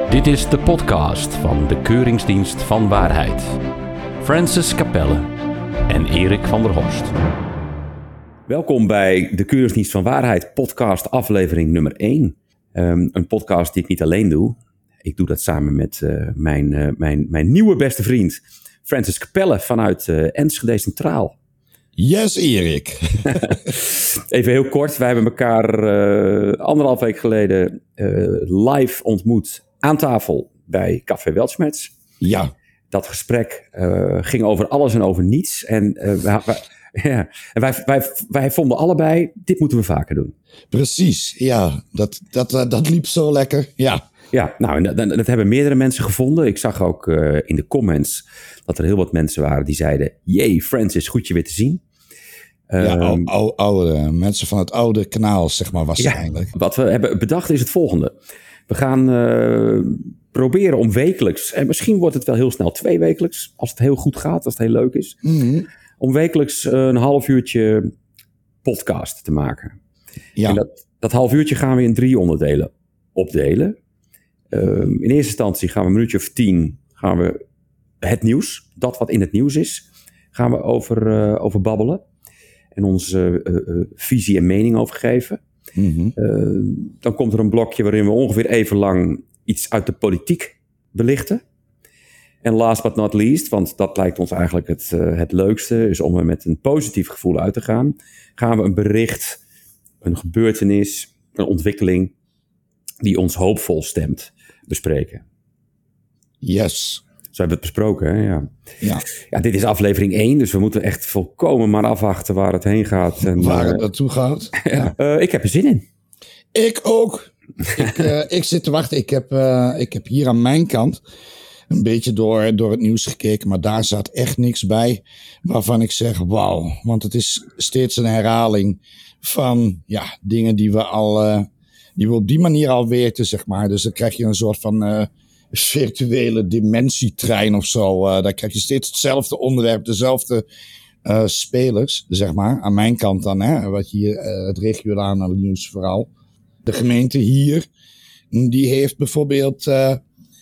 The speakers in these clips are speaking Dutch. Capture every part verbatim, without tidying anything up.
Dit is de podcast van de Keuringsdienst van Waarheid. Francis Capelle en Erik van der Horst. Welkom bij de Keuringsdienst van Waarheid podcast aflevering nummer één. Um, een podcast die ik niet alleen doe. Ik doe dat samen met uh, mijn, uh, mijn, mijn nieuwe beste vriend Francis Capelle vanuit uh, Enschede Centraal. Yes, Erik. Even heel kort, wij hebben elkaar uh, anderhalf week geleden uh, live ontmoet aan tafel bij Café Weltschmerz. Ja. Dat gesprek uh, ging over alles en over niets. En uh, wij, wij, ja, en wij, wij, wij vonden allebei, dit moeten we vaker doen. Precies, ja. Dat, dat, dat, dat liep zo lekker, ja. Ja, nou, en dat, dat hebben meerdere mensen gevonden. Ik zag ook uh, in de comments dat er heel wat mensen waren die zeiden... Jee, Francis, goed je weer te zien. Ja, um, ou, ou, oude, mensen van het oude kanaal, zeg maar, waarschijnlijk. Ja, wat we hebben bedacht is het volgende. We gaan uh, proberen om wekelijks, en misschien wordt het wel heel snel twee wekelijks, als het heel goed gaat, als het heel leuk is, Mm-hmm. om wekelijks uh, een half uurtje podcast te maken. Ja. En dat, dat half uurtje gaan we in drie onderdelen opdelen. Uh, in eerste instantie gaan we een minuutje of tien, gaan we het nieuws, dat wat in het nieuws is, gaan we over, uh, over babbelen. En onze uh, uh, visie en mening over geven. Mm-hmm. Uh, dan komt er een blokje waarin we ongeveer even lang iets uit de politiek belichten. En last but not least, want dat lijkt ons eigenlijk het, uh, het leukste, is om er met een positief gevoel uit te gaan. Gaan we een bericht, een gebeurtenis, een ontwikkeling die ons hoopvol stemt bespreken. Yes. Zo hebben we het besproken, hè? Ja. Ja. Ja, dit is aflevering één, dus we moeten echt volkomen maar afwachten waar het heen gaat. En, Waar uh, het naartoe gaat. ja. uh, ik heb er zin in. Ik ook. ik, uh, ik zit te wachten. Ik heb, uh, ik heb hier aan mijn kant een beetje door, door het nieuws gekeken, maar daar zat echt niks bij waarvan ik zeg wauw. Want het is steeds een herhaling van ja, dingen die we al, uh, die we op die manier al weten, zeg maar. Dus dan krijg je een soort van uh, virtuele dimentietrein of zo. Uh, dan krijg je steeds hetzelfde onderwerp, dezelfde uh, spelers, zeg maar. Aan mijn kant dan, hè, wat hier uh, het regionale nieuws vooral. De gemeente hier, die heeft bijvoorbeeld, uh,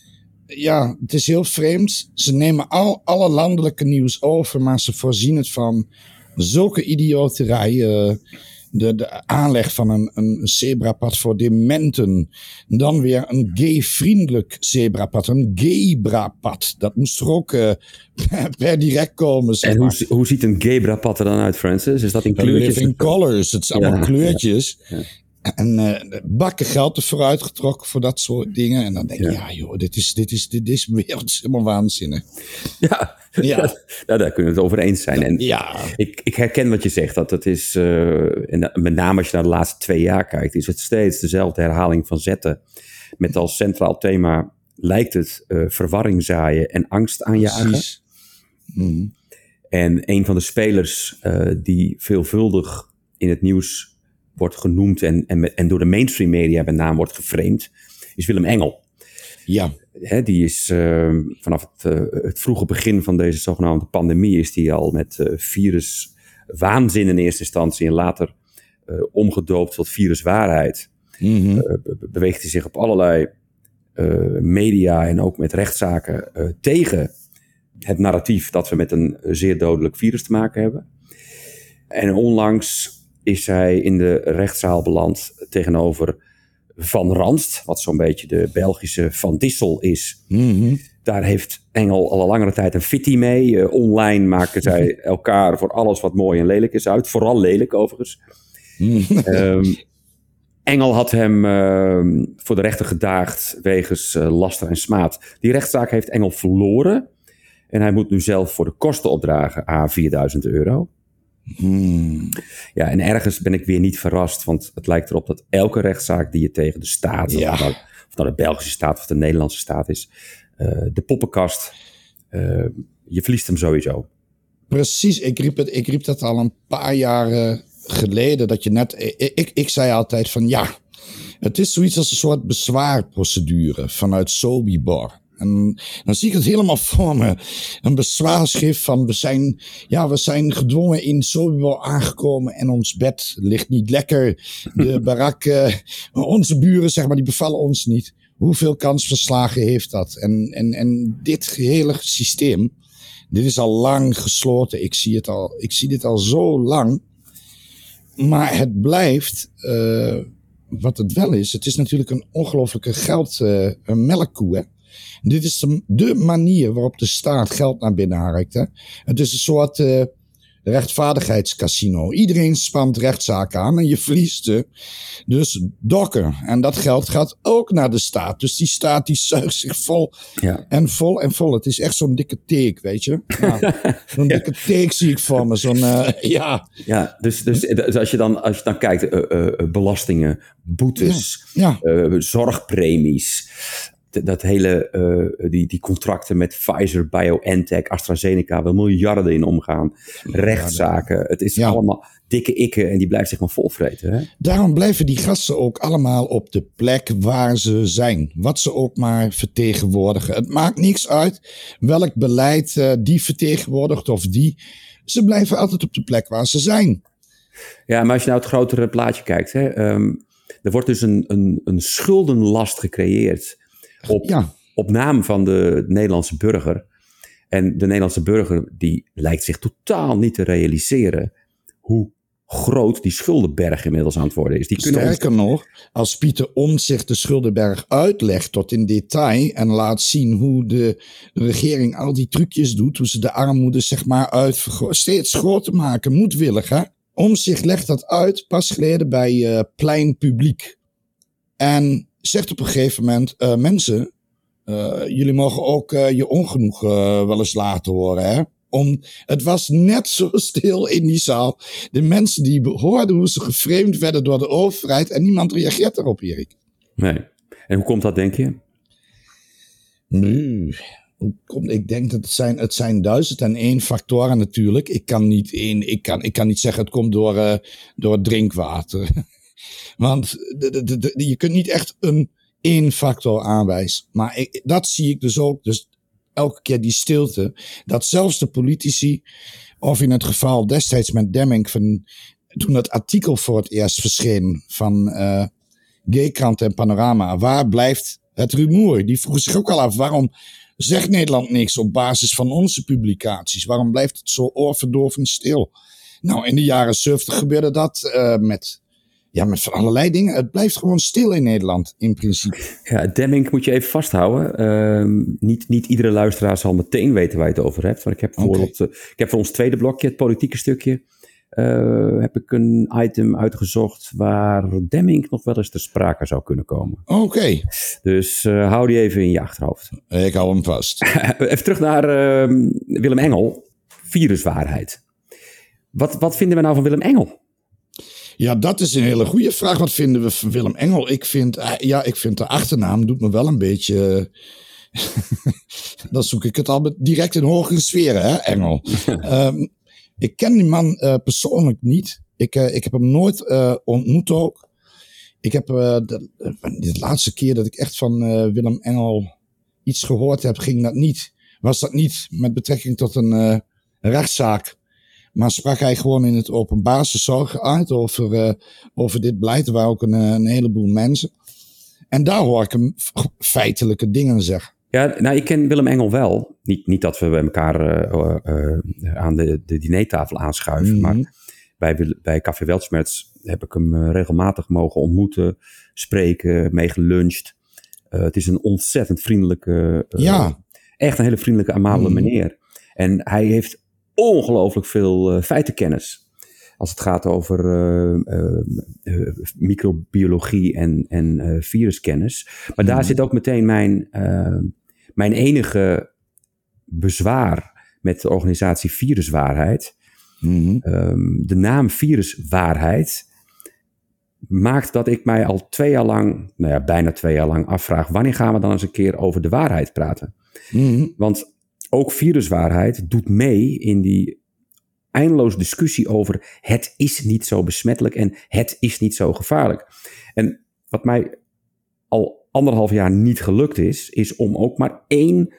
ja, het is heel vreemd. Ze nemen al alle landelijke nieuws over, maar ze voorzien het van zulke idioterij. Uh, de, de aanleg van een, een zebrapad voor dementen. Dan weer een gay-vriendelijk zebrapad, een gaybrapad. Dat moest er ook uh, per, per direct komen. Zeg en maar. hoe, hoe ziet een gaybrapad er dan uit, Francis? Is dat in kleurtjes? Living colors, het zijn allemaal ja, kleurtjes. Ja, ja. En uh, bakken geld er vooruit getrokken voor dat soort dingen. En dan denk je, ja, ja joh, dit is, dit is, dit is wereld is helemaal waanzinnig. Ja, ja. Dat, nou, daar kunnen we het over eens zijn. En ja. ik, ik herken wat je zegt. Dat het is, uh, en met name als je naar de laatste twee jaar kijkt, is het steeds dezelfde herhaling van zetten. Met als centraal thema lijkt het uh, verwarring zaaien en angst aanjagen. Precies. Mm. En een van de spelers uh, die veelvuldig in het nieuws wordt genoemd en, en, en door de mainstream media met name wordt geframed, is Willem Engel. Ja. He, die is uh, vanaf het, uh, het vroege begin van deze zogenaamde pandemie is die al met uh, viruswaanzin in eerste instantie en later uh, omgedoopt tot viruswaarheid. Mm-hmm. Uh, be- beweegt hij zich op allerlei uh, media en ook met rechtszaken uh, tegen het narratief dat we met een zeer dodelijk virus te maken hebben. En onlangs is hij in de rechtszaal beland tegenover Van Ranst, wat zo'n beetje de Belgische Van Dissel is. Mm-hmm. Daar heeft Engel al een langere tijd een fitty mee. Uh, online maken zij elkaar voor alles wat mooi en lelijk is uit. Vooral lelijk overigens. Mm-hmm. um, Engel had hem uh, voor de rechter gedaagd wegens uh, laster en smaad. Die rechtszaak heeft Engel verloren. En hij moet nu zelf voor de kosten opdragen aan vierduizend euro. Mm. Ja, en ergens ben ik weer niet verrast, want het lijkt erop dat elke rechtszaak die je tegen de staat, ja. of, nou, of nou de Belgische staat of de Nederlandse staat is, uh, de poppenkast, uh, je verliest hem sowieso. Precies, ik riep, het, ik riep dat al een paar jaar uh, geleden, dat je net, ik, ik, ik zei altijd van ja, het is zoiets als een soort bezwaarprocedure vanuit Sobibor. En dan zie ik het helemaal voor me. Een bezwaarschrift van we zijn, ja, we zijn gedwongen in Sobibor aangekomen en ons bed ligt niet lekker. De barak, uh, onze buren, zeg maar, die bevallen ons niet. Hoeveel kansverslagen heeft dat? En, en, en dit hele systeem, dit is al lang gesloten. Ik zie, het al, ik zie dit al zo lang. Maar het blijft, uh, wat het wel is, het is natuurlijk een ongelooflijke geld, uh, een melkkoe. Hè? Dit is de, de manier waarop de staat geld naar binnen harkt. Hè? Het is een soort uh, rechtvaardigheidscasino. Iedereen spant rechtszaken aan en je verliest. Uh, dus dokken. En dat geld gaat ook naar de staat. Dus die staat die zuigt zich vol ja. en vol en vol. Het is echt zo'n dikke teek, weet je. Nou, zo'n ja. dikke teek zie ik voor me. Zo'n, uh, ja. Ja, dus, dus, dus als, je dan, als je dan kijkt, uh, uh, belastingen, boetes, ja. Ja. Uh, zorgpremies. Dat hele, uh, die, die contracten met Pfizer, BioNTech, AstraZeneca, waar miljarden in omgaan. Rechtszaken. Het is ja. allemaal dikke ikken en die blijft zich maar volvreten. Hè? Daarom blijven die gasten ook allemaal op de plek waar ze zijn. Wat ze ook maar vertegenwoordigen. Het maakt niks uit welk beleid uh, die vertegenwoordigt of die. Ze blijven altijd op de plek waar ze zijn. Ja, maar als je nou het grotere plaatje kijkt. Hè, um, er wordt dus een, een, een schuldenlast gecreëerd. Op, ja. op naam van de Nederlandse burger. En de Nederlandse burger die lijkt zich totaal niet te realiseren hoe groot die schuldenberg inmiddels aan het worden is. Die Sterker ons... nog, als Pieter Omtzigt de schuldenberg uitlegt tot in detail en laat zien hoe de regering al die trucjes doet, hoe ze de armoede zeg maar uitvergroten, steeds groter maken, moedwillig hè. Omtzigt legt dat uit pas geleden bij uh, Plein Publiek. En zegt op een gegeven moment, uh, mensen, uh, jullie mogen ook uh, je ongenoegen uh, wel eens laten horen. Hè? Om, het was net zo stil in die zaal. De mensen die hoorden hoe ze geframed werden door de overheid en niemand reageert daarop, Erik. Nee. En hoe komt dat, denk je? Nu, hoe komt, ik denk dat het zijn, het zijn duizend en één factoren natuurlijk. Ik kan niet, één, ik kan, ik kan niet zeggen het komt door, uh, door drinkwater. Want de, de, de, de, je kunt niet echt een één factor aanwijzen. Maar ik, dat zie ik dus ook. Dus elke keer die stilte. Dat zelfs de politici, of in het geval destijds met Demming, van, toen dat artikel voor het eerst verscheen van uh, G-krant en Panorama. Waar blijft het rumoer? Die vroegen zich ook al af, waarom zegt Nederland niks op basis van onze publicaties? Waarom blijft het zo oorverdovend stil? Nou, in de jaren zeventig gebeurde dat uh, met... Ja, met van allerlei dingen. Het blijft gewoon stil in Nederland, in principe. Ja, Demming moet je even vasthouden. Uh, niet, niet iedere luisteraar zal meteen weten waar je het over hebt. Want ik heb bijvoorbeeld, okay. uh, ik heb voor ons tweede blokje, het politieke stukje, uh, heb ik een item uitgezocht waar Demming nog wel eens ter sprake zou kunnen komen. Oké. Okay. Dus uh, hou die even in je achterhoofd. Ik hou hem vast. Even terug naar uh, Willem Engel. Viruswaarheid. Wat, wat vinden we nou van Willem Engel? Ja, dat is een hele goede vraag. Wat vinden we van Willem Engel? Ik vind, ja, ik vind de achternaam doet me wel een beetje... Dan zoek ik het al direct in hogere sferen, hè, Engel. um, ik ken die man uh, persoonlijk niet. Ik, uh, ik heb hem nooit uh, ontmoet ook. Ik heb uh, de, de laatste keer dat ik echt van uh, Willem Engel iets gehoord heb, ging dat niet. Was dat niet met betrekking tot een uh, rechtszaak. Maar sprak hij gewoon in het openbaar zijn zorgen uit over, uh, over dit beleid. Er waren ook een, een heleboel mensen. En daar hoor ik hem feitelijke dingen zeggen. Ja, nou, ik ken Willem Engel wel. Niet, niet dat we bij elkaar uh, uh, aan de, de dinertafel aanschuiven. Mm-hmm. Maar bij, bij Café Weltschmerz heb ik hem uh, regelmatig mogen ontmoeten, spreken, mee geluncht. Uh, het is een ontzettend vriendelijke, uh, ja. echt een hele vriendelijke, amabele mm-hmm. meneer. En hij heeft ongelooflijk veel uh, feitenkennis. Als het gaat over uh, uh, uh, microbiologie en, en uh, viruskennis. Maar mm. daar zit ook meteen mijn, uh, mijn enige bezwaar met de organisatie Viruswaarheid. Mm. Um, de naam Viruswaarheid maakt dat ik mij al twee jaar lang, nou ja, bijna twee jaar lang afvraag, wanneer gaan we dan eens een keer over de waarheid praten? Mm. Want ook Viruswaarheid doet mee in die eindeloze discussie over het is niet zo besmettelijk en het is niet zo gevaarlijk. En wat mij al anderhalf jaar niet gelukt is, is om ook maar één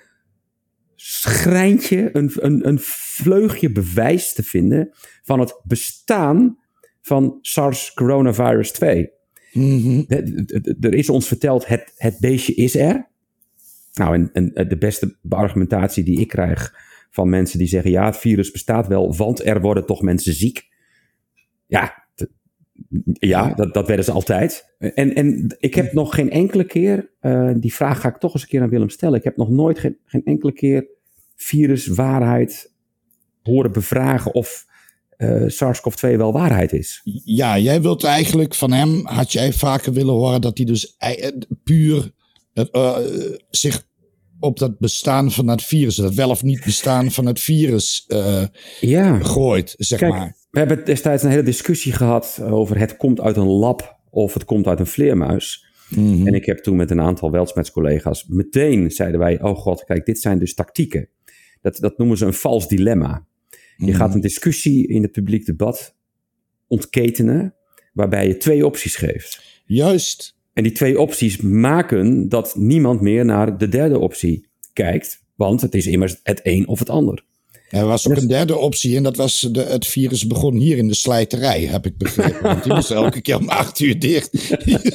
schrijntje, een, een, een vleugje bewijs te vinden van het bestaan van SARS coronavirus twee. Mm-hmm. Er is ons verteld, het, het beestje is er. Nou, en, en de beste argumentatie die ik krijg van mensen die zeggen, ja, het virus bestaat wel, want er worden toch mensen ziek. Ja, t- ja dat, dat werden ze altijd. En, en ik heb nog geen enkele keer, uh, die vraag ga ik toch eens een keer aan Willem stellen. Ik heb nog nooit geen, geen enkele keer viruswaarheid horen bevragen of uh, SARS-C o V twee wel waarheid is. Ja, jij wilt eigenlijk van hem, had jij vaker willen horen dat hij dus puur uh, zich op dat bestaan van het virus, dat wel of niet bestaan van het virus uh, ja. gooit, zeg Kijk, maar. We hebben destijds een hele discussie gehad over het komt uit een lab of het komt uit een vleermuis. Mm-hmm. En ik heb toen met een aantal Weltschmerz-collega's meteen zeiden wij, oh god, kijk, dit zijn dus tactieken. Dat, dat noemen ze een vals dilemma. Je mm-hmm. gaat een discussie in het publiek debat ontketenen, waarbij je twee opties geeft. Juist. En die twee opties maken dat niemand meer naar de derde optie kijkt, want het is immers het een of het ander. Er was ook een derde optie en dat was de, het virus begon hier in de slijterij, heb ik begrepen. Want die moest elke keer om acht uur dicht.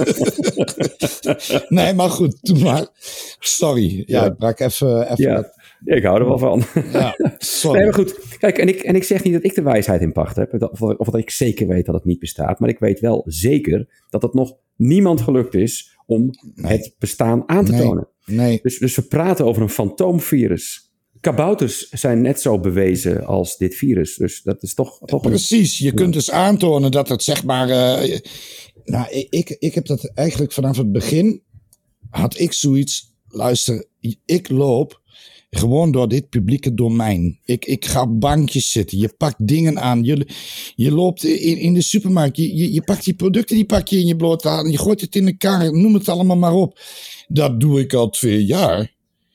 Nee, maar goed, doe maar. Sorry, ja, ja. ik brak even... even ja, dat... ik hou er wel van. Ja, sorry. Nee, maar goed, kijk, en ik, en ik zeg niet dat ik de wijsheid in pacht heb, of, of dat ik zeker weet dat het niet bestaat, maar ik weet wel zeker dat het nog niemand gelukt is om nee. het bestaan aan te nee. tonen. Nee. Dus, dus we praten over een fantoomvirus. Kabouters zijn net zo bewezen als dit virus. Dus dat is toch... toch Precies, je een, kunt dus aantonen dat het zeg maar... Uh, nou, ik, ik heb dat eigenlijk vanaf het begin... had ik zoiets... Luister, ik loop gewoon door dit publieke domein. Ik, ik ga op bankjes zitten. Je pakt dingen aan. Je, je loopt in, in de supermarkt. Je, je, je pakt die producten, die pak je in je blote aan. Je gooit het in de kar. Noem het allemaal maar op. Dat doe ik al twee jaar.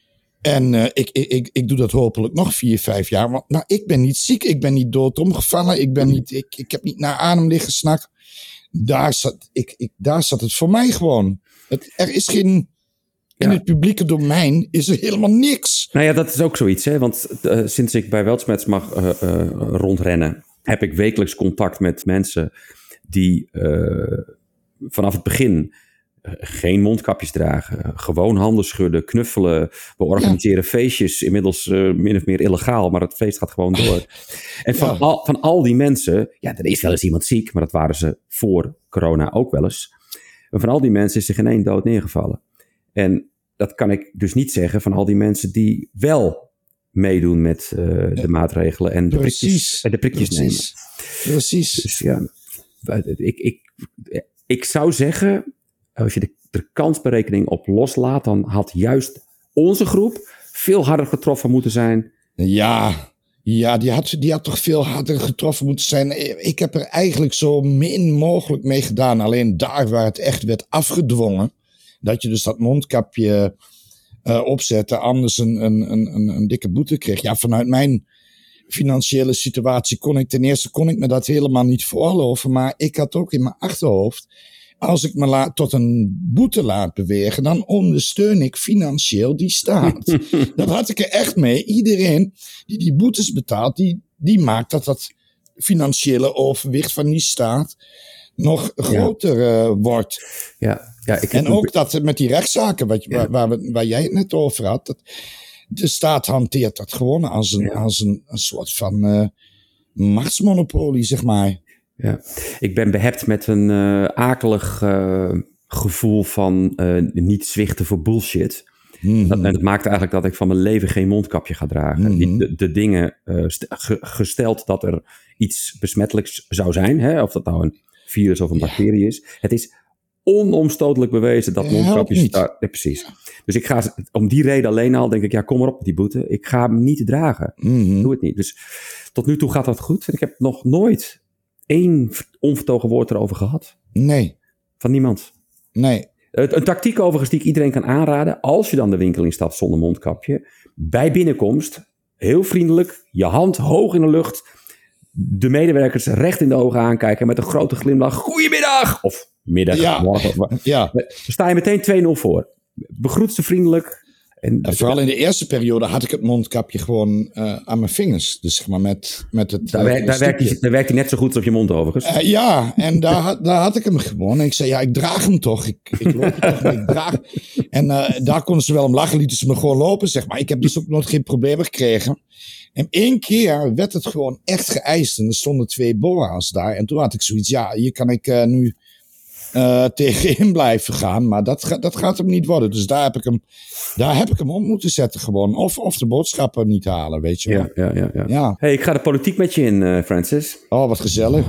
En uh, ik, ik, ik, ik doe dat hopelijk nog vier, vijf jaar. Want nou, ik ben niet ziek. Ik ben niet dood omgevallen. Ik, ben niet, ik, ik heb niet naar adem liggen snakken. Daar zat, ik, ik, daar zat het voor mij gewoon. Het, er is geen... In ja. het publieke domein is er helemaal niks. Nou ja, dat is ook zoiets. Hè? Want uh, sinds ik bij Weltschmerz mag uh, uh, rondrennen... heb ik wekelijks contact met mensen... die uh, vanaf het begin... geen mondkapjes dragen, gewoon handen schudden, knuffelen. We organiseren ja. feestjes, inmiddels uh, min of meer illegaal, maar het feest gaat gewoon door. En van, ja. al, van al die mensen, ja, er is wel eens iemand ziek, maar dat waren ze voor corona ook wel eens. En van al die mensen is er geen één dood neergevallen. En dat kan ik dus niet zeggen van al die mensen die wel meedoen met uh, de ja. maatregelen en de Precies. prikjes, de prikjes Precies. nemen. Precies. Dus ja, ik, ik, ik zou zeggen... Als je de, de kansberekening op loslaat, dan had juist onze groep veel harder getroffen moeten zijn. Ja, ja die, had, die had toch veel harder getroffen moeten zijn. Ik heb er eigenlijk zo min mogelijk mee gedaan. Alleen daar waar het echt werd afgedwongen, dat je dus dat mondkapje uh, opzette, anders een, een, een, een dikke boete kreeg. Ja, vanuit mijn financiële situatie kon ik ten eerste kon ik me dat helemaal niet veroorloven. Maar ik had ook in mijn achterhoofd... Als ik me laat, tot een boete laat bewegen, dan ondersteun ik financieel die staat. Dat had ik er echt mee. Iedereen die die boetes betaalt, die, die maakt dat dat financiële overwicht van die staat nog groter ja. uh, wordt. Ja. Ja, ik en ook een... dat met die rechtszaken, wat, ja. waar, waar, we, waar jij het net over had, dat de staat hanteert dat gewoon als een, ja. als een, een soort van uh, machtsmonopolie, zeg maar. Ja, ik ben behept met een uh, akelig uh, gevoel van uh, niet zwichten voor bullshit. Mm-hmm. Dat, en dat maakt eigenlijk dat ik van mijn leven geen mondkapje ga dragen. Mm-hmm. Die, de, de dingen, uh, st- ge- gesteld dat er iets besmettelijks zou zijn, hè, of dat nou een virus of een bacterie is. Het is onomstotelijk bewezen dat mondkapjes... Daar, ja, precies. Dus ik ga, om die reden alleen al, denk ik, ja, kom maar op met die boete. Ik ga hem niet dragen. Mm-hmm. Doe het niet. Dus tot nu toe gaat dat goed. En ik heb nog nooit... één onvertogen woord erover gehad? Nee. Van niemand? Nee. Een, een tactiek overigens die ik iedereen kan aanraden. Als je dan de winkel instapt zonder mondkapje. Bij binnenkomst, heel vriendelijk, je hand hoog in de lucht. De medewerkers recht in de ogen aankijken met een grote glimlach. Goedemiddag! Of middag, ja. morgen. Ja. Dan sta je meteen twee nul voor. Begroet ze vriendelijk. En, en vooral in de eerste periode had ik het mondkapje gewoon uh, aan mijn vingers. Dus zeg maar met, met het... Daar, werkt, daar, werkt hij, daar werkt hij net zo goed als op je mond overigens. Uh, ja, en daar, daar had ik hem gewoon. En ik zei, ja, ik draag hem toch. Ik, ik loop het toch, maar ik draag... En uh, daar konden ze wel om lachen, lieten ze me gewoon lopen, zeg maar. Ik heb dus ook nooit geen problemen gekregen. En één keer werd het gewoon echt geëist. En er stonden twee boa's daar. En toen had ik zoiets, ja, hier kan ik uh, nu uh, tegenin blijven gaan. Maar dat, dat gaat hem niet worden. Dus daar heb ik hem, daar heb ik hem op moeten zetten gewoon. Of, of de boodschappen niet halen, weet je wel. Ja, ja, ja. ja. ja. Hey, ik ga de politiek met je in, uh, Francis. Oh, wat gezellig.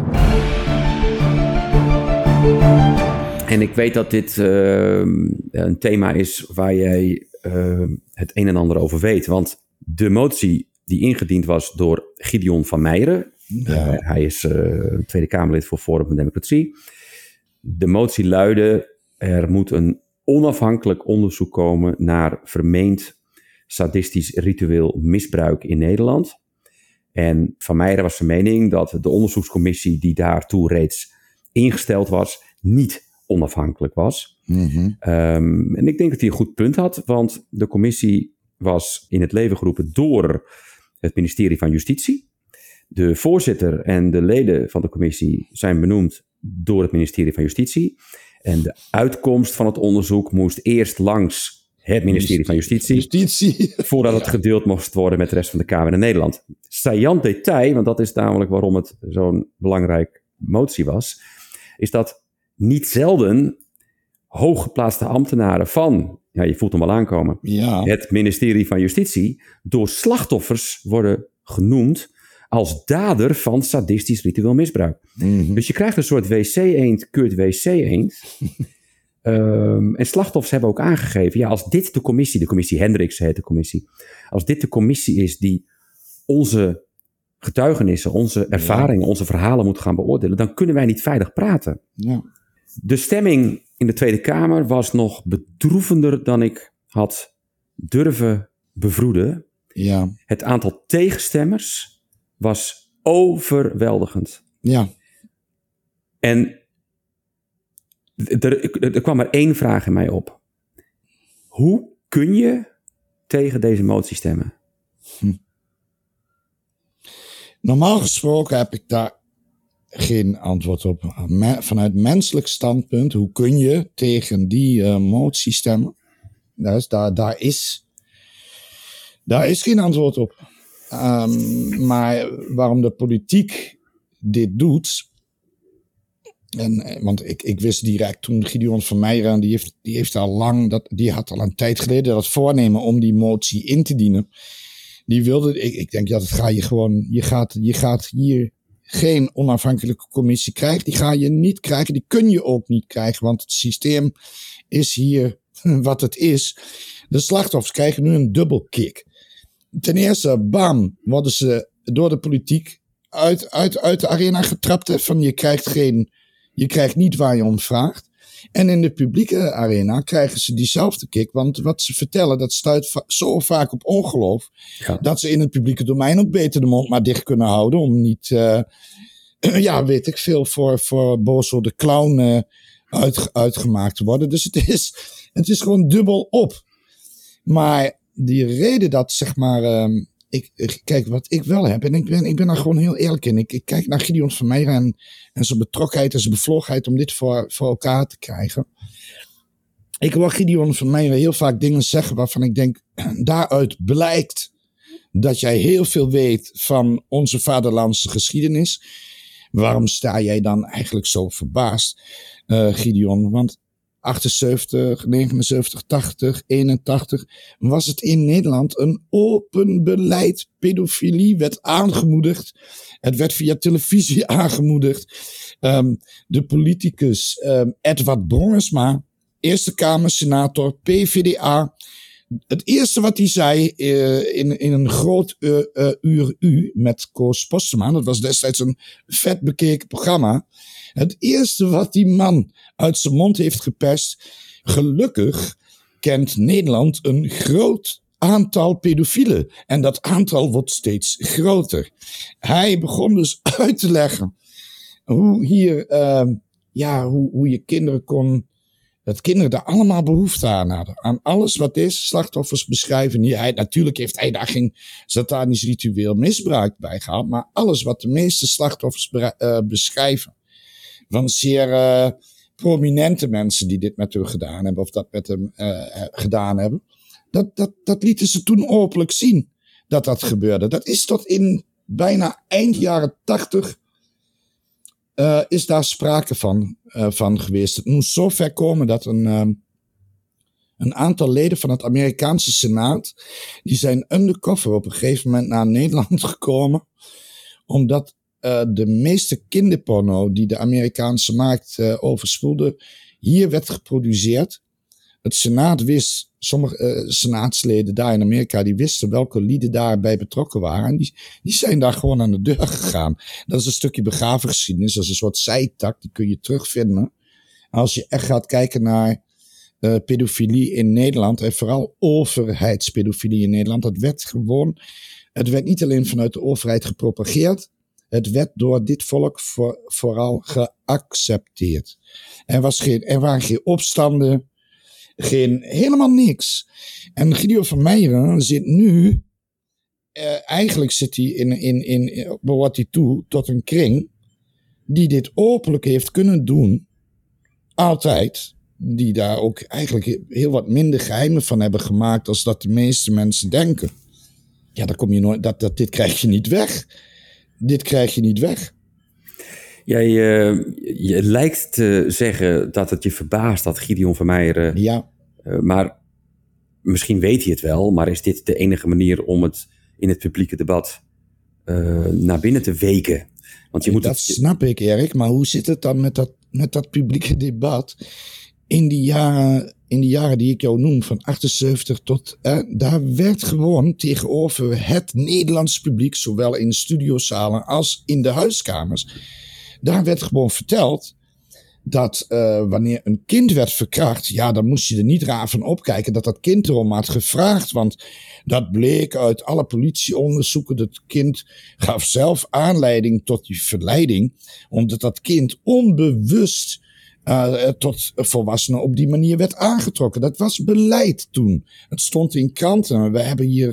En ik weet dat dit uh, een thema is waar jij uh, het een en ander over weet. Want de motie die ingediend was door Gideon van Meijeren. Ja. Uh, hij is uh, Tweede Kamerlid voor Forum voor Democratie. De motie luidde: er moet een onafhankelijk onderzoek komen naar vermeend sadistisch ritueel misbruik in Nederland. En Van Meijeren was van mening dat de onderzoekscommissie die daartoe reeds ingesteld was, niet onafhankelijk was. Mm-hmm. Um, en ik denk dat hij een goed punt had, want de commissie was in het leven geroepen door het ministerie van Justitie. De voorzitter en de leden van de commissie zijn benoemd door het ministerie van Justitie. En de uitkomst van het onderzoek moest eerst langs het ministerie van Justitie, Justitie. voordat het gedeeld mocht worden met de rest van de Kamer in Nederland. Saillant detail, want dat is namelijk waarom het zo'n belangrijk motie was, is dat niet zelden hooggeplaatste ambtenaren van, ja, je voelt hem al aankomen, ja. het ministerie van Justitie door slachtoffers worden genoemd als dader van sadistisch ritueel misbruik. Mm-hmm. Dus je krijgt een soort wc-eend, keurt wc-eend. um, en slachtoffers hebben ook aangegeven, ja, als dit de commissie, de commissie Hendricks heet de commissie, als dit de commissie is die onze getuigenissen, onze ervaringen, ja. onze verhalen moet gaan beoordelen, dan kunnen wij niet veilig praten. Ja. De stemming in de Tweede Kamer was nog bedroevender dan ik had durven bevroeden. Ja. Het aantal tegenstemmers was overweldigend. Ja. En er, er kwam maar één vraag in mij op. Hoe kun je tegen deze motie stemmen? Hm. Normaal gesproken heb ik daar geen antwoord op. Vanuit menselijk standpunt, hoe kun je tegen die uh, motie stemmen? Dus daar, daar, is, daar is geen antwoord op. Um, maar waarom de politiek dit doet, en, want ik, ik wist direct toen Gideon van Meijeren, die heeft, die heeft al lang, dat, die had al een tijd geleden dat voornemen om die motie in te dienen. Die wilde, ik, ik denk, ja, dat ga je gewoon, je gaat, je gaat hier geen onafhankelijke commissie krijgen. Die ga je niet krijgen, die kun je ook niet krijgen, want het systeem is hier wat het is. De slachtoffers krijgen nu een dubbelkick. Ten eerste, bam, worden ze door de politiek uit, uit, uit de arena getrapt. Van je krijgt geen, je krijgt niet waar je om vraagt. En in de publieke arena krijgen ze diezelfde kick. Want wat ze vertellen, dat stuit va- zo vaak op ongeloof. Ja. Dat ze in het publieke domein ook beter de mond maar dicht kunnen houden. Om niet, uh, ja, weet ik veel, voor, voor Bozo de clown uh, uit, uitgemaakt te worden. Dus het is, het is gewoon dubbel op. Maar die reden dat, zeg maar, um, ik, ik, kijk, wat ik wel heb, en ik ben, ik ben daar gewoon heel eerlijk in. Ik, ik kijk naar Gideon van Meijeren en, en zijn betrokkenheid en zijn bevlogenheid om dit voor, voor elkaar te krijgen. Ik hoor Gideon van Meijeren heel vaak dingen zeggen waarvan ik denk, daaruit blijkt dat jij heel veel weet van onze vaderlandse geschiedenis. Waarom sta jij dan eigenlijk zo verbaasd, uh, Gideon? Want achtenzeventig, negenenzeventig, tachtig, eenentachtig was het in Nederland een open beleid. Pedofilie werd aangemoedigd. Het werd via televisie aangemoedigd. Um, de politicus um, Edward Brongersma, Eerste Kamer senator, P V D A. Het eerste wat hij zei uh, in, in een groot uh, uh, uur u met Koos Postema, dat was destijds een vet bekeken programma. Het eerste wat die man uit zijn mond heeft geperst, gelukkig kent Nederland een groot aantal pedofielen. En dat aantal wordt steeds groter. Hij begon dus uit te leggen hoe hier, uh, ja, hoe, hoe je kinderen kon Dat kinderen daar allemaal behoefte aan hadden. Aan alles wat deze slachtoffers beschrijven. Hier, hij, natuurlijk heeft hij daar geen satanisch ritueel misbruik bij gehad. Maar alles wat de meeste slachtoffers be- uh, beschrijven. Van zeer uh, prominente mensen die dit met hem gedaan hebben. Of dat met hem uh, gedaan hebben. Dat, dat, dat lieten ze toen openlijk zien. Dat dat gebeurde. Dat is tot in bijna eind jaren tachtig. Uh, is daar sprake van, uh, van geweest. Het moest zo ver komen dat een, uh, een aantal leden van het Amerikaanse Senaat, die zijn undercover op een gegeven moment naar Nederland gekomen, omdat uh, de meeste kinderporno die de Amerikaanse markt uh, overspoelde, hier werd geproduceerd. Het Senaat wist, sommige uh, senaatsleden daar in Amerika, die wisten welke lieden daarbij betrokken waren. En die, die zijn daar gewoon aan de deur gegaan. Dat is een stukje begravengeschiedenis, dat is een soort zijtak, die kun je terugvinden. Als je echt gaat kijken naar uh, pedofilie in Nederland, en vooral overheidspedofilie in Nederland, dat werd gewoon, het werd niet alleen vanuit de overheid gepropageerd, het werd door dit volk voor, vooral geaccepteerd. Er, was geen, er waren geen opstanden, Geen, helemaal niks. En Gideon van Meijeren zit nu, uh, eigenlijk zit hij in, in, in, behoort hij toe tot een kring die dit openlijk heeft kunnen doen. Altijd. Die daar ook eigenlijk heel wat minder geheimen van hebben gemaakt als dat de meeste mensen denken. Ja, dan kom je nooit, dat, dat, dit krijg je niet weg. Dit krijg je niet weg. Jij, uh, je lijkt te zeggen dat het je verbaast dat Gideon van Meijeren... Ja. Uh, maar misschien weet hij het wel, maar is dit de enige manier om het in het publieke debat uh, naar binnen te weken? Want je moet dat het... snap ik, Erik, maar hoe zit het dan met dat, met dat publieke debat? In die jaren, in die jaren die ik jou noem, van achtenzeventig tot... Eh, daar werd gewoon tegenover het Nederlands publiek, zowel in de studiozalen als in de huiskamers... Daar werd gewoon verteld dat uh, wanneer een kind werd verkracht, ja, dan moest je er niet raar van opkijken dat dat kind erom had gevraagd. Want dat bleek uit alle politieonderzoeken. Dat kind gaf zelf aanleiding tot die verleiding, omdat dat kind onbewust uh, tot volwassenen op die manier werd aangetrokken. Dat was beleid toen. Het stond in kranten. We hebben hier,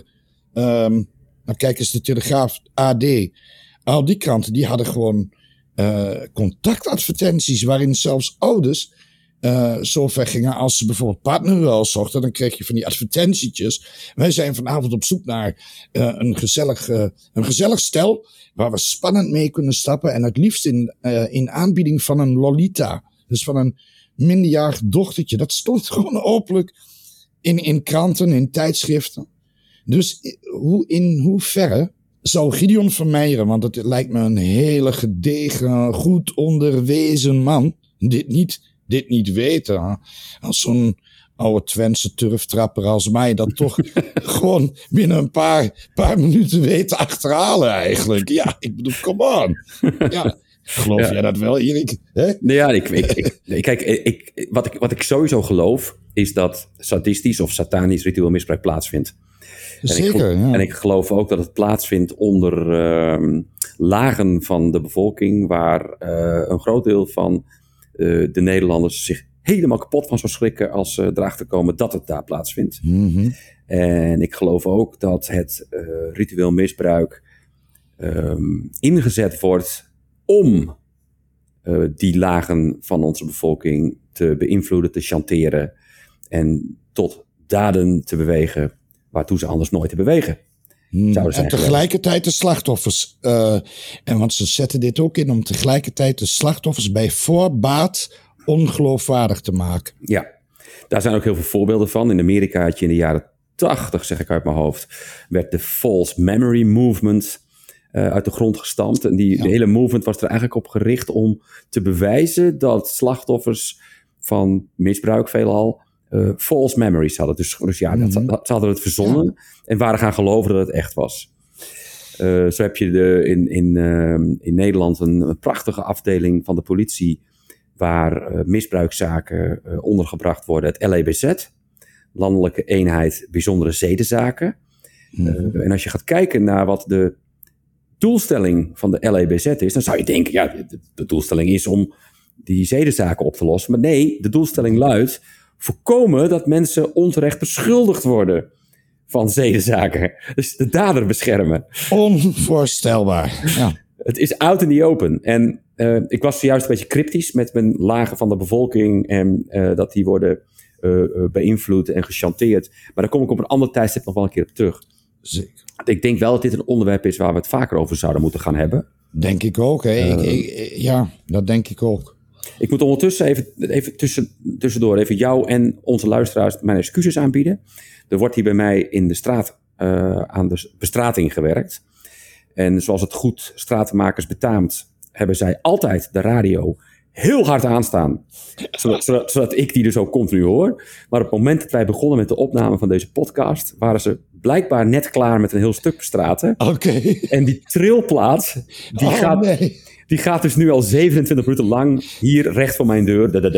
um, nou kijk eens, de Telegraaf, A D. Al die kranten, die hadden gewoon... Uh, contactadvertenties waarin zelfs ouders uh, zo ver gingen als ze bijvoorbeeld partnerruil zochten. Dan kreeg je van die advertentietjes. Wij zijn vanavond op zoek naar uh, een, gezellig, uh, een gezellig stel waar we spannend mee kunnen stappen en het liefst in, uh, in aanbieding van een Lolita. Dus van een minderjarig dochtertje. Dat stond gewoon openlijk in, in kranten, in tijdschriften. Dus hoe, in hoeverre zou Gideon van Meijeren, want het lijkt me een hele gedegen, goed onderwezen man, dit niet, dit niet weten. Hè? Als zo'n oude Twentse turftrapper als mij dat toch gewoon binnen een paar, paar minuten weet te achterhalen eigenlijk. Ja, ik bedoel, come on. Ja, geloof ja. jij dat wel, Erik? Hè? Nee, ja, ik, ik, ik, kijk, ik, wat, ik, wat ik sowieso geloof is dat sadistisch of satanisch ritueel misbruik plaatsvindt. Zeker, en ik, ja. En ik geloof ook dat het plaatsvindt onder uh, lagen van de bevolking waar uh, een groot deel van uh, de Nederlanders zich helemaal kapot van zou schrikken als ze erachter komen dat het daar plaatsvindt. Mm-hmm. En ik geloof ook dat het uh, ritueel misbruik um, ingezet wordt om uh, die lagen van onze bevolking te beïnvloeden, te chanteren en tot daden te bewegen waartoe ze anders nooit te bewegen. Hmm. En tegelijkertijd de slachtoffers. Uh, en want ze zetten dit ook in om tegelijkertijd de slachtoffers bij voorbaat ongeloofwaardig te maken. Ja, daar zijn ook heel veel voorbeelden van. In Amerika had je in de jaren tachtig, zeg ik uit mijn hoofd, werd de False Memory Movement uh, uit de grond gestampt. En die ja. de hele movement was er eigenlijk op gericht om te bewijzen dat slachtoffers van misbruik veelal Uh, false memories hadden. Dus, dus ja, mm-hmm. dat, ze hadden het verzonnen ja. en waren gaan geloven dat het echt was. Uh, zo heb je de, in, in, uh, in Nederland een, een prachtige afdeling van de politie waar uh, misbruikzaken uh, ondergebracht worden. Het L E B Z, Landelijke Eenheid Bijzondere Zedenzaken. Mm-hmm. Uh, en als je gaat kijken naar wat de doelstelling van de L E B Z is, dan zou je denken, ja, de, de doelstelling is om die zedenzaken op te lossen. Maar nee, de doelstelling luidt voorkomen dat mensen onterecht beschuldigd worden van zedenzaken. Dus de dader beschermen. Onvoorstelbaar. Ja. Het is out in the open. En uh, ik was zojuist een beetje cryptisch met mijn lagen van de bevolking en uh, dat die worden uh, uh, beïnvloed en gechanteerd. Maar daar kom ik op een ander tijdstip nog wel een keer op terug. Zeker. Ik denk wel dat dit een onderwerp is waar we het vaker over zouden moeten gaan hebben. Denk ik ook. Hè. Uh, ik, ik, ja, dat denk ik ook. Ik moet ondertussen even, even tussen, tussendoor even jou en onze luisteraars mijn excuses aanbieden. Er wordt hier bij mij in de straat uh, aan de bestrating gewerkt. En zoals het goed stratenmakers betaamt, hebben zij altijd de radio heel hard aanstaan. Zodat, zodat, zodat ik die dus ook continu hoor. Maar op het moment dat wij begonnen met de opname van deze podcast, waren ze blijkbaar net klaar met een heel stuk bestraten. Oké. Okay. En die trilplaat, die, oh, gaat, nee. die gaat dus nu al zevenentwintig minuten lang hier recht voor mijn deur.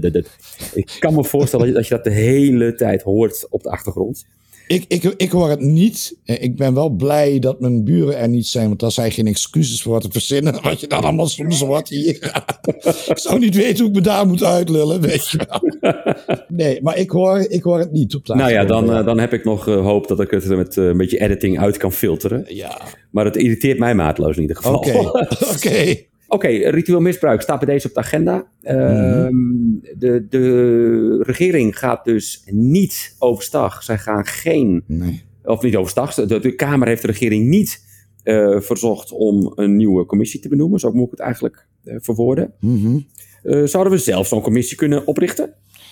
Ik kan me voorstellen dat je dat de hele tijd hoort op de achtergrond. Ik, ik, ik hoor het niet. Ik ben wel blij dat mijn buren er niet zijn, want daar zijn geen excuses voor te verzinnen. Wat je dan allemaal soms hoort hier. Ik zou niet weten hoe ik me daar moet uitlullen, weet je wel. Nee, maar ik hoor, ik hoor het niet op de Nou ja, dan, uh, dan heb ik nog uh, hoop dat ik het met uh, een beetje editing uit kan filteren. Ja. Maar het irriteert mij maatloos in ieder geval. Oké, okay. oké. Okay. Oké, okay, ritueel misbruik staat bij deze op de agenda. Uh, mm-hmm. de, de regering gaat dus niet overstag. Zij gaan geen... Nee. Of niet overstag. De, de Kamer heeft de regering niet uh, verzocht om een nieuwe commissie te benoemen. Zo moet ik het eigenlijk uh, verwoorden. Mm-hmm. Uh, zouden we zelf zo'n commissie kunnen oprichten?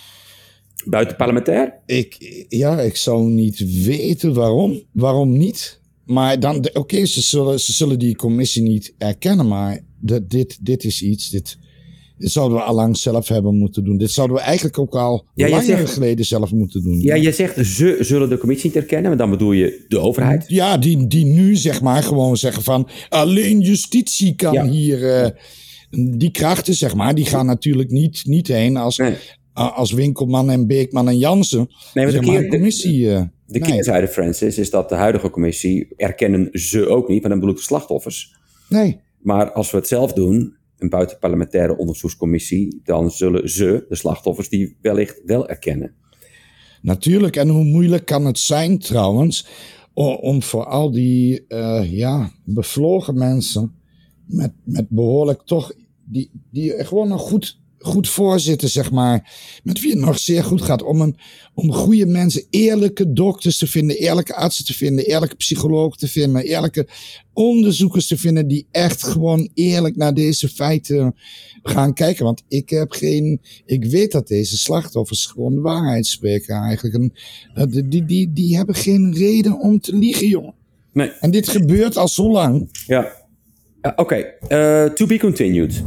Buitenparlementair? Ik, ja, ik zou niet weten waarom. Waarom niet? Maar dan, oké, okay, ze, zullen, ze zullen die commissie niet erkennen, maar de, dit, dit is iets, dit, dit zouden we al lang zelf hebben moeten doen. Dit zouden we eigenlijk ook al ja, langer zegt, geleden zelf moeten doen. Ja, je zegt ze zullen de commissie niet erkennen, maar dan bedoel je de overheid? Ja, die, die nu zeg maar gewoon zeggen van alleen justitie kan ja. hier, uh, die krachten zeg maar, die gaan natuurlijk niet, niet heen als, nee. uh, als Winkelman en Beekman en Jansen. Nee, maar zeg de, maar, keer, commissie... Uh, De nee. keerzijde, Francis, is dat de huidige commissie erkennen ze ook niet, maar dan bedoel ik de slachtoffers. Nee. Maar als we het zelf doen, een buitenparlementaire onderzoekscommissie, dan zullen ze, de slachtoffers, die wellicht wel erkennen. Natuurlijk, en hoe moeilijk kan het zijn trouwens, om, om voor al die uh, ja, bevlogen mensen, met, met behoorlijk toch, die, die gewoon nog goed... goed voorzitten, zeg maar, met wie het nog zeer goed gaat, om, een, om goede mensen, eerlijke dokters te vinden, eerlijke artsen te vinden, eerlijke psychologen te vinden, eerlijke onderzoekers te vinden, die echt gewoon eerlijk naar deze feiten gaan kijken. Want ik heb geen, ik weet dat deze slachtoffers gewoon de waarheid spreken eigenlijk. En, die, die, die, die hebben geen reden om te liegen, jongen. Nee. En dit gebeurt al zo lang. Ja. Uh, Oké, okay. uh, to be continued.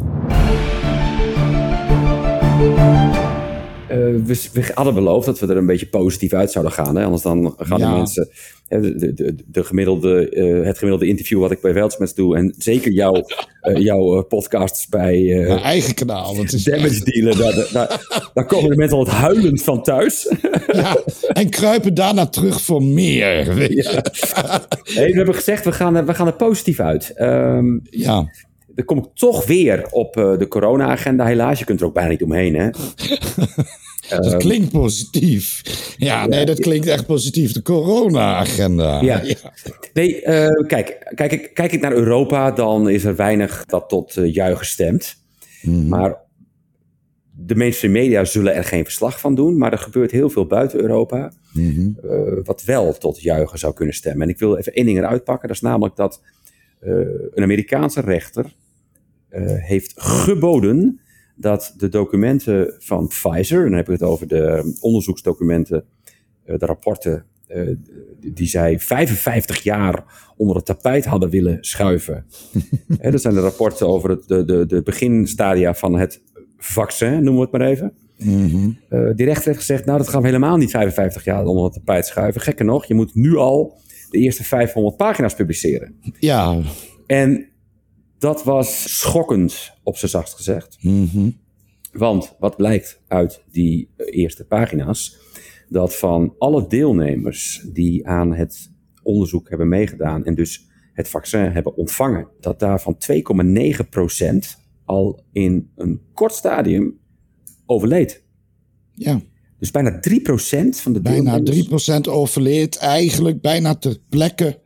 Uh, we, we hadden beloofd dat we er een beetje positief uit zouden gaan. Hè? Anders dan gaan ja. de mensen... De, de, de, de gemiddelde, uh, het gemiddelde interview wat ik bij Weltschmerz doe... en zeker jouw, uh, jouw uh, podcasts bij... Uh, Mijn eigen kanaal. Dat is Damage echt... Dealer. Daar, daar, daar komen de mensen al het huilend van thuis. Ja, en kruipen daarna terug voor meer. Weet je. Ja. Hey, we hebben gezegd, we gaan, we gaan er positief uit. Um, ja. Dan kom ik toch weer op uh, de corona-agenda. Helaas, je kunt er ook bijna niet omheen, hè? Dat klinkt positief. Ja, nee, dat klinkt echt positief. De corona-agenda. Ja. ja. Nee, uh, kijk, kijk, ik, kijk ik naar Europa, dan is er weinig dat tot uh, juichen stemt. Mm. Maar de mainstream media zullen er geen verslag van doen. Maar er gebeurt heel veel buiten Europa. Mm-hmm. Uh, wat wel tot juichen zou kunnen stemmen. En ik wil even één ding eruit pakken. Dat is namelijk dat uh, een Amerikaanse rechter uh, heeft geboden dat de documenten van Pfizer, en dan heb ik het over de onderzoeksdocumenten, de rapporten, die zij vijfenvijftig jaar onder het tapijt hadden willen schuiven. He, dat zijn de rapporten over het, de, de, de beginstadia van het vaccin, noemen we het maar even. Mm-hmm. Uh, die rechter heeft gezegd, nou dat gaan we helemaal niet vijfenvijftig jaar onder het tapijt schuiven. Gekker nog, je moet nu al de eerste vijfhonderd pagina's publiceren. Ja. En dat was schokkend, op z'n zachtst gezegd. Mm-hmm. Want wat blijkt uit die eerste pagina's? Dat van alle deelnemers die aan het onderzoek hebben meegedaan en dus het vaccin hebben ontvangen, dat daarvan twee komma negen procent al in een kort stadium overleed. Ja. Dus bijna drie procent van de Bijna deelnemers... drie procent overleed eigenlijk bijna ter plekke.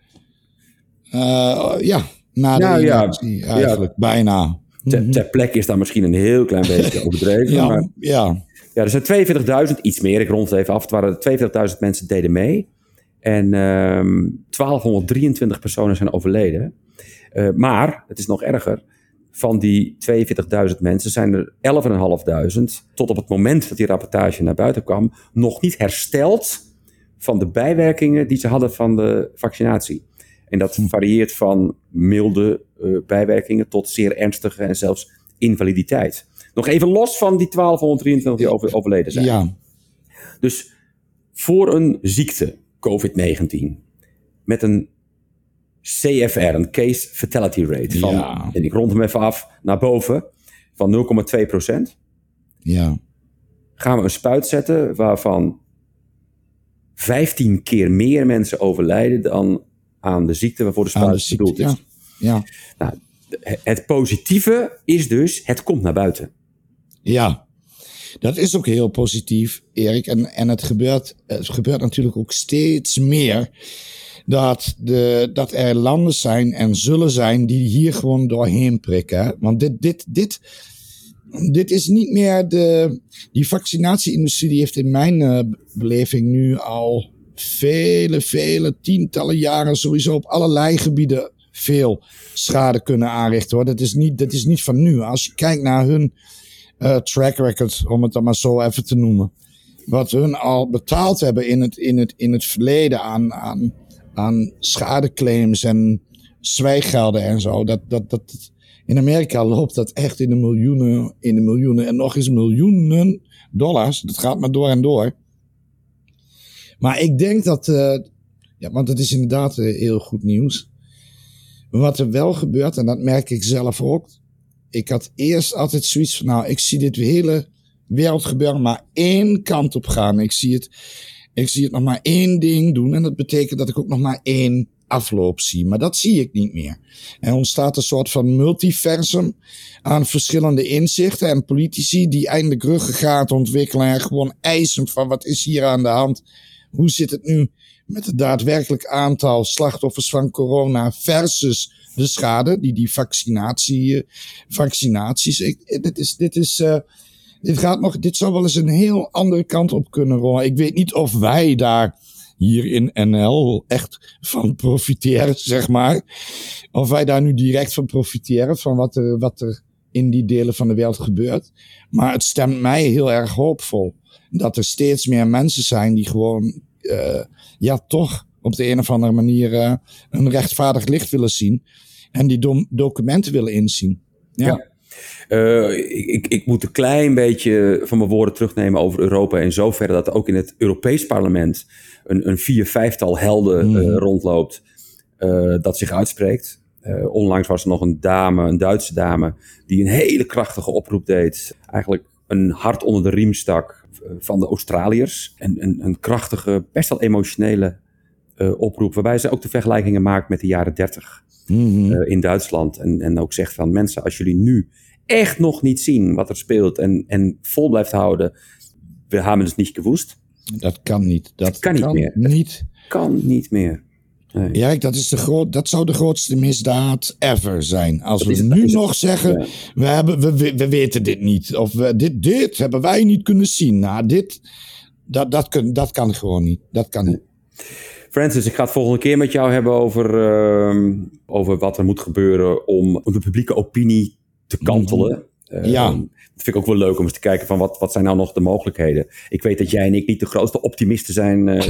Uh, ja, na de nou, injectie ja, eigenlijk. Ja. Bijna. Ter, ter plekke is daar misschien een heel klein beetje overdreven. ja, maar, ja. ja, er zijn tweeënveertigduizend, iets meer, ik rond het even af. Het waren tweeënveertigduizend mensen deden mee. En um, twaalfhonderddrieëntwintig personen zijn overleden. Uh, maar, het is nog erger, van die tweeënveertigduizend mensen zijn er elfduizendvijfhonderd tot op het moment dat die rapportage naar buiten kwam, nog niet hersteld van de bijwerkingen die ze hadden van de vaccinatie. En dat varieert van milde uh, bijwerkingen tot zeer ernstige en zelfs invaliditeit. Nog even los van die twaalfhonderddrieëntwintig die over, overleden zijn. Ja. Dus voor een ziekte, covid negentien, met een C F R, een case fatality rate, van, ja. en ik rond hem even af naar boven, van nul komma twee procent. Ja. Gaan we een spuit zetten waarvan vijftien keer meer mensen overlijden dan aan de ziekte waarvoor de spuit bedoeld is. Ja. Ja. Nou, het positieve is dus, het komt naar buiten. Ja, dat is ook heel positief, Erik. En, en het, gebeurt, het gebeurt natuurlijk ook steeds meer dat, de, dat er landen zijn en zullen zijn die hier gewoon doorheen prikken. Want dit, dit, dit, dit is niet meer de... Die vaccinatieindustrie die heeft in mijn uh, beleving nu al vele, vele tientallen jaren sowieso op allerlei gebieden veel schade kunnen aanrichten. Hoor. Dat is niet, dat is niet van nu. Als je kijkt naar hun uh, track record, om het dan maar zo even te noemen. Wat hun al betaald hebben in het, in het, in het verleden aan, aan, aan schadeclaims en zwijggelden en zo. Dat, dat, dat, in Amerika loopt dat echt in de miljoenen, in de miljoenen en nog eens miljoenen dollars. Dat gaat maar door en door. Maar ik denk dat, uh, ja, want het is inderdaad uh, heel goed nieuws. Wat er wel gebeurt, en dat merk ik zelf ook. Ik had eerst altijd zoiets van, nou, ik zie dit hele wereldgebeuren maar één kant op gaan. Ik zie het, ik zie het nog maar één ding doen. En dat betekent dat ik ook nog maar één afloop zie. Maar dat zie ik niet meer. Er ontstaat een soort van multiversum aan verschillende inzichten. En politici die eindelijk ruggengraat ontwikkelen en gewoon eisen van wat is hier aan de hand? Hoe zit het nu met het daadwerkelijk aantal slachtoffers van corona versus de schade die die vaccinatie, vaccinaties. Ik, dit is, dit is, uh, dit gaat nog, dit zou wel eens een heel andere kant op kunnen rollen. Ik weet niet of wij daar hier in N L echt van profiteren, zeg maar. Of wij daar nu direct van profiteren, van wat er, wat er in die delen van de wereld gebeurt. Maar het stemt mij heel erg hoopvol dat er steeds meer mensen zijn die gewoon, uh, ja, toch op de een of andere manier uh, een rechtvaardig licht willen zien. En die dom- documenten willen inzien. Ja. ja. Uh, ik, ik, ik moet een klein beetje van mijn woorden terugnemen over Europa. In zoverre dat ook in het Europees Parlement een, een vier, vijftal helden mm. uh, rondloopt. Uh, dat zich uitspreekt. Uh, onlangs was er nog een dame, een Duitse dame, die een hele krachtige oproep deed. Eigenlijk een hart onder de riem stak van de Australiërs. En een, een krachtige, best wel emotionele uh, oproep. Waarbij ze ook de vergelijkingen maakt met de jaren dertig. Mm-hmm. Uh, in Duitsland. En, en ook zegt van mensen, als jullie nu echt nog niet zien wat er speelt en, en vol blijft houden, we hebben het niet gewoest. Dat kan niet. Dat, dat kan, kan niet meer. Niet. Dat kan niet meer. Nee. Ja, dat, is de groot, dat zou de grootste misdaad ever zijn. Als dat we het, nu nog het, zeggen, ja. we, hebben, we, we weten dit niet. Of we, dit, dit hebben wij niet kunnen zien. Nou, dit, dat, dat, kun, dat kan gewoon niet. Dat kan niet. Francis, ik ga het volgende keer met jou hebben over, uh, over wat er moet gebeuren om, om de publieke opinie te kantelen. Uh, ja. Dat vind ik ook wel leuk om eens te kijken van wat, wat zijn nou nog de mogelijkheden. Ik weet dat jij en ik niet de grootste optimisten zijn. Uh.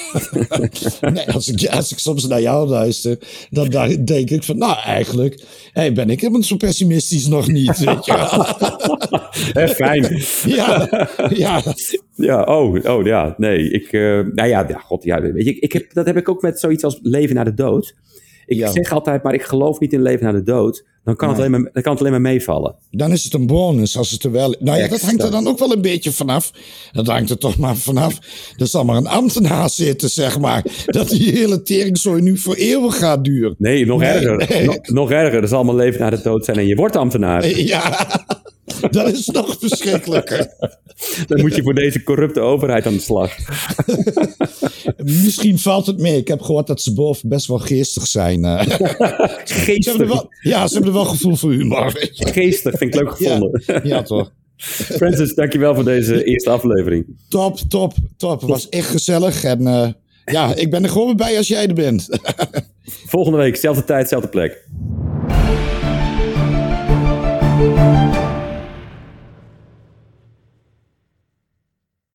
nee, als ik, als ik soms naar jou luister, dan, dan denk ik van, nou eigenlijk, hey, ben ik helemaal zo pessimistisch nog niet. Weet je. He, fijn. ja, ja. Ja, oh, oh ja, nee. Ik, uh, nou ja, ja, god, ja, weet je, ik heb, dat heb ik ook met zoiets als leven na de dood. Ik Ja. zeg altijd, maar ik geloof niet in leven na de dood. Dan kan, het, Nee. alleen maar, dan kan het alleen maar meevallen. Dan is het een bonus als het er wel... Nou ja, dat hangt er dan ook wel een beetje vanaf. Dat hangt er toch maar vanaf. Er zal maar een ambtenaar zitten, zeg maar. Dat die hele teringzooi nu voor eeuwig gaat duren. Nee, nog Nee, erger. nee. Nog, nog erger. Er zal mijn leven na de dood zijn en je wordt ambtenaar. Ja, dat is nog verschrikkelijker. Dan moet je voor deze corrupte overheid aan de slag. Misschien valt het mee. Ik heb gehoord dat ze boven best wel geestig zijn. eh. Ze hebben er Geestig. wel, ja, ze hebben er wel gevoel voor humor. weet je. Geestig, vind ik leuk gevonden. Ja, ja, toch. Francis, dankjewel voor deze eerste aflevering. Top, top, top. Het was echt gezellig. En uh, ja, ik ben er gewoon weer bij als jij er bent. Volgende week, zelfde tijd, zelfde plek.